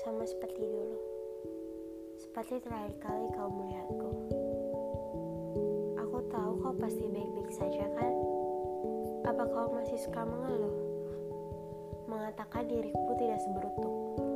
sama seperti dulu, seperti terakhir kali kau melihatku. Aku tahu kau pasti baik-baik saja kan? Apa kau masih suka mengeluh? Mengatakan diriku tidak seberuntung,